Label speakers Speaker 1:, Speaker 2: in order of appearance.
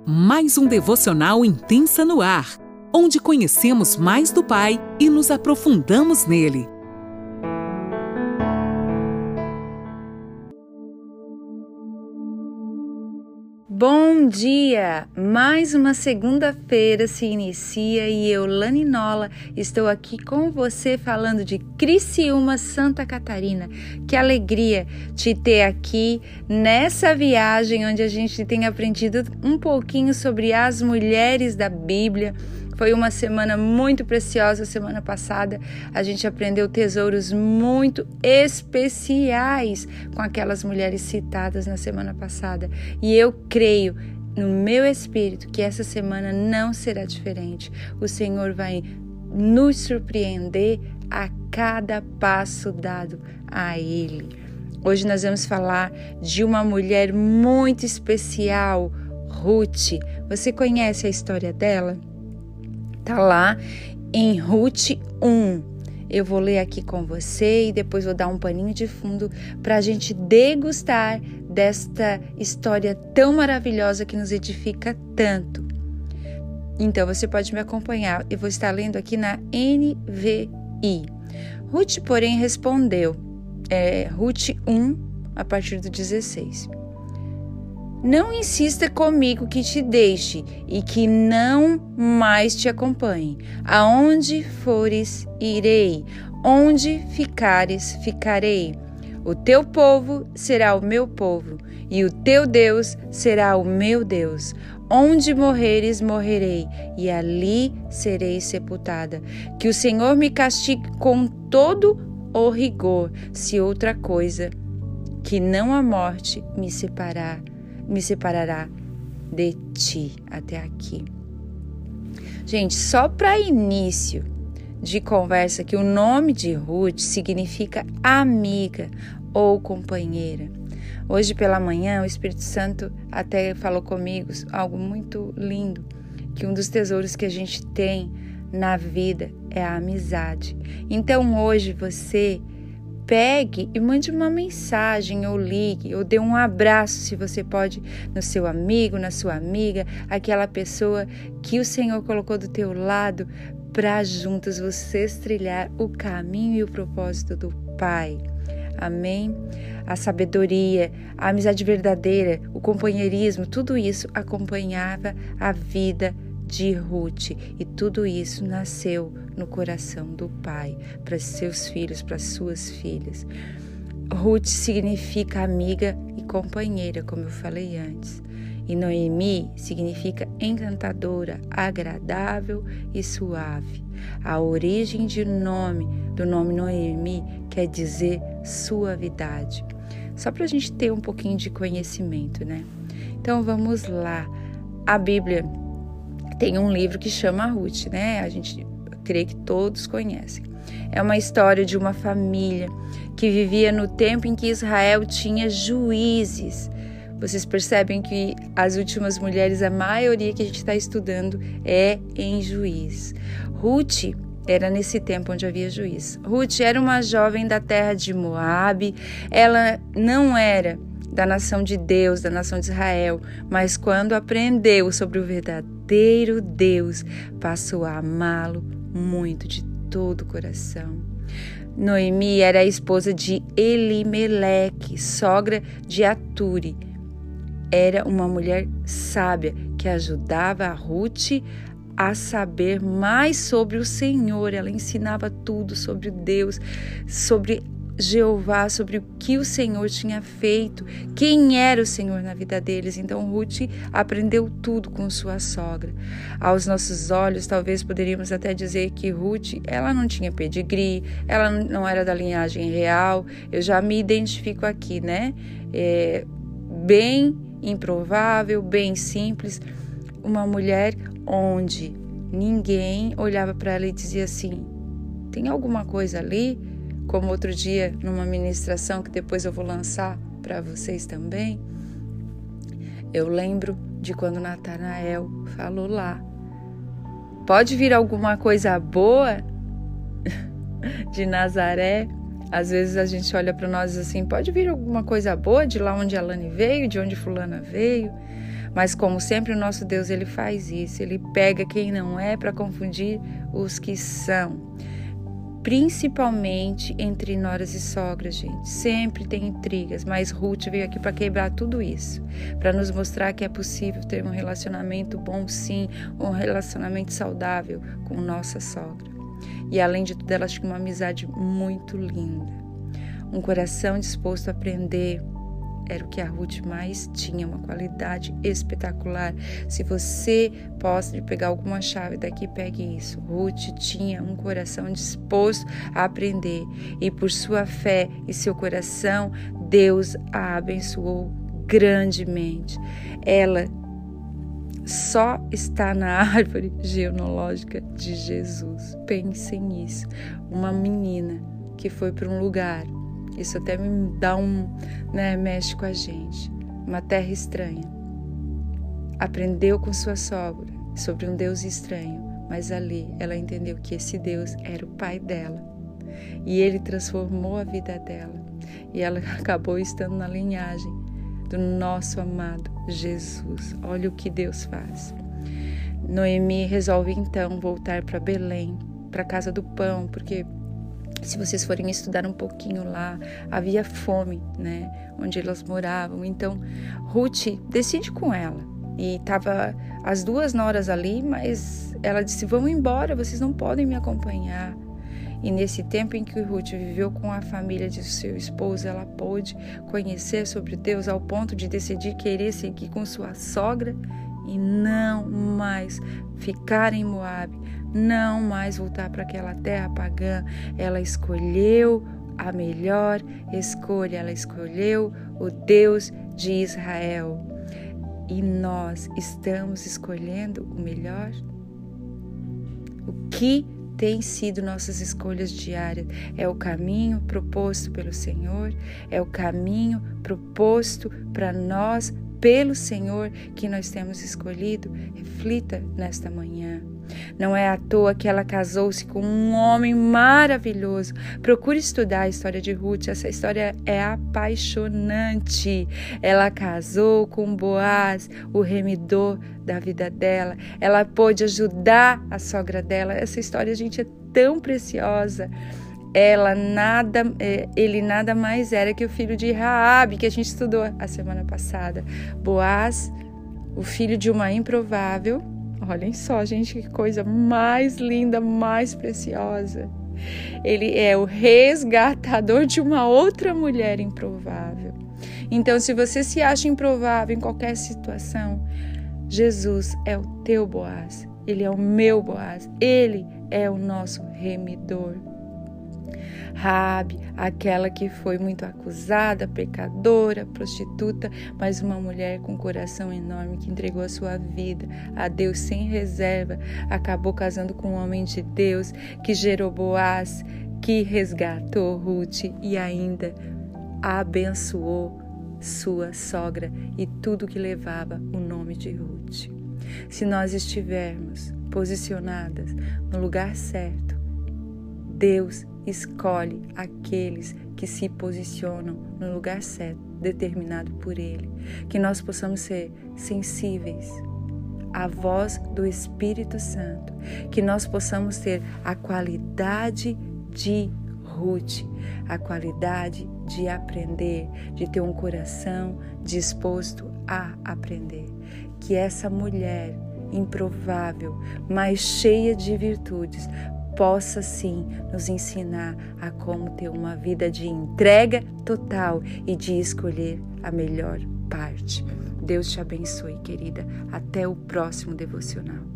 Speaker 1: mais um devocional Intensa no Ar, onde conhecemos mais do Pai e nos aprofundamos nele.
Speaker 2: Bom dia! Mais uma segunda-feira se inicia e eu, Lani Nola, estou aqui com você falando de Criciúma, Santa Catarina. Que alegria te ter aqui nessa viagem onde a gente tem aprendido um pouquinho sobre as mulheres da Bíblia. Foi uma semana muito preciosa, semana passada a gente aprendeu tesouros muito especiais com aquelas mulheres citadas na semana passada. E eu creio no meu espírito que essa semana não será diferente. O Senhor vai nos surpreender a cada passo dado a Ele. Hoje nós vamos falar de uma mulher muito especial, Ruth. Você conhece a história dela? Está lá em Ruth 1. Eu vou ler aqui com você e depois vou dar um paninho de fundo para a gente degustar desta história tão maravilhosa que nos edifica tanto. Então você pode me acompanhar. Eu vou estar lendo aqui na NVI. Ruth, porém, respondeu. Ruth 1, a partir do 16. Não insista comigo que te deixe e que não mais te acompanhe. Aonde fores, irei. Onde ficares, ficarei. O teu povo será o meu povo e o teu Deus será o meu Deus. Onde morreres, morrerei e ali serei sepultada. Que o Senhor me castigue com todo o rigor, se outra coisa que não a morte me separará de ti. Até aqui. Gente, só para início de conversa, que o nome de Ruth significa amiga ou companheira. Hoje pela manhã o Espírito Santo até falou comigo algo muito lindo, que um dos tesouros que a gente tem na vida é a amizade. Então hoje você pegue e mande uma mensagem, ou ligue, ou dê um abraço, se você pode, no seu amigo, na sua amiga, aquela pessoa que o Senhor colocou do teu lado, para juntos vocês trilhar o caminho e o propósito do Pai. Amém? A sabedoria, a amizade verdadeira, o companheirismo, tudo isso acompanhava a vida de Ruth, e tudo isso nasceu no coração do Pai, para seus filhos, para suas filhas. Ruth significa amiga e companheira, como eu falei antes. E Noemi significa encantadora, agradável e suave. A origem do nome Noemi quer dizer suavidade. Só para a gente ter um pouquinho de conhecimento, né? Então vamos lá. A Bíblia tem um livro que chama Ruth, né? A gente crê que todos conhecem. É uma história de uma família que vivia no tempo em que Israel tinha juízes. Vocês percebem que as últimas mulheres, a maioria que a gente está estudando é em juiz. Ruth era nesse tempo onde havia juiz. Ruth era uma jovem da terra de Moabe. Ela não era da nação de Deus, da nação de Israel, mas quando aprendeu sobre o verdadeiro Deus, passou a amá-lo muito de todo o coração. Noemi era a esposa de Elimeleque, sogra de Ature. Era uma mulher sábia que ajudava a Ruth a saber mais sobre o Senhor. Ela ensinava tudo sobre Deus, sobre Jeová, sobre o que o Senhor tinha feito, quem era o Senhor na vida deles. Então Ruth aprendeu tudo com sua sogra. Aos nossos olhos, talvez poderíamos até dizer que Ruth, ela não tinha pedigree, ela não era da linhagem real. Eu já me identifico aqui, né? Bem improvável, bem simples, uma mulher onde ninguém olhava para ela e dizia assim: tem alguma coisa ali? Como outro dia numa ministração que depois eu vou lançar para vocês também, eu lembro de quando Natanael falou lá: pode vir alguma coisa boa de Nazaré? Às vezes a gente olha para nós assim: pode vir alguma coisa boa de lá onde a Lani veio, de onde fulana veio? Mas como sempre o nosso Deus, ele faz isso, ele pega quem não é para confundir os que são. Principalmente entre noras e sogras, gente. Sempre tem intrigas, mas Ruth veio aqui para quebrar tudo isso. Para nos mostrar que é possível ter um relacionamento bom, sim, um relacionamento saudável com nossa sogra. E além de tudo, ela tinha uma amizade muito linda. Um coração disposto a aprender. Era o que a Ruth mais tinha, uma qualidade espetacular. Se você pode pegar alguma chave daqui, pegue isso. Ruth tinha um coração disposto a aprender. E por sua fé e seu coração, Deus a abençoou grandemente. Ela só está na árvore genealógica de Jesus. Pensem nisso. Uma menina que foi para um lugar. Isso até me dá mexe com a gente. Uma terra estranha. Aprendeu com sua sogra sobre um Deus estranho, mas ali ela entendeu que esse Deus era o pai dela. E ele transformou a vida dela. E ela acabou estando na linhagem do nosso amado Jesus. Olha o que Deus faz. Noemi resolve então voltar para Belém, para a casa do pão, porque se vocês forem estudar um pouquinho lá, havia fome, né? Onde elas moravam. Então, Ruth decide com ela. E tava as duas noras ali, mas ela disse, vão embora, vocês não podem me acompanhar. E nesse tempo em que Ruth viveu com a família de seu esposo, ela pôde conhecer sobre Deus ao ponto de decidir querer seguir com sua sogra e não mais ficar em Moabe, não mais voltar para aquela terra pagã. Ela escolheu a melhor escolha, ela escolheu o Deus de Israel. E nós estamos escolhendo o melhor? O que tem sido nossas escolhas diárias? É o caminho proposto pelo Senhor? É o caminho proposto para nós pelo Senhor que nós temos escolhido? Reflita nesta manhã. Não é à toa que ela casou-se com um homem maravilhoso. Procure estudar a história de Ruth. Essa história é apaixonante. Ela casou com Boaz, o remidor da vida dela. Ela pôde ajudar a sogra dela. Essa história, gente, é tão preciosa. Ele nada mais era que o filho de Raabe, que a gente estudou a semana passada. Boaz, o filho de uma improvável. Olhem só, gente, que coisa mais linda, mais preciosa. Ele é o resgatador de uma outra mulher improvável. Então, se você se acha improvável em qualquer situação, Jesus é o teu Boaz. Ele é o meu Boaz. Ele é o nosso remidor. Raabe, aquela que foi muito acusada, pecadora, prostituta, mas uma mulher com um coração enorme que entregou a sua vida a Deus sem reserva, acabou casando com um homem de Deus que gerou Boaz, que resgatou Ruth e ainda abençoou sua sogra e tudo que levava o nome de Ruth. Se nós estivermos posicionadas no lugar certo, Deus escolhe aqueles que se posicionam no lugar certo, determinado por Ele. Que nós possamos ser sensíveis à voz do Espírito Santo. Que nós possamos ter a qualidade de Ruth, a qualidade de aprender, de ter um coração disposto a aprender. Que essa mulher improvável, mas cheia de virtudes, possa sim nos ensinar a como ter uma vida de entrega total e de escolher a melhor parte. Deus te abençoe, querida. Até o próximo devocional.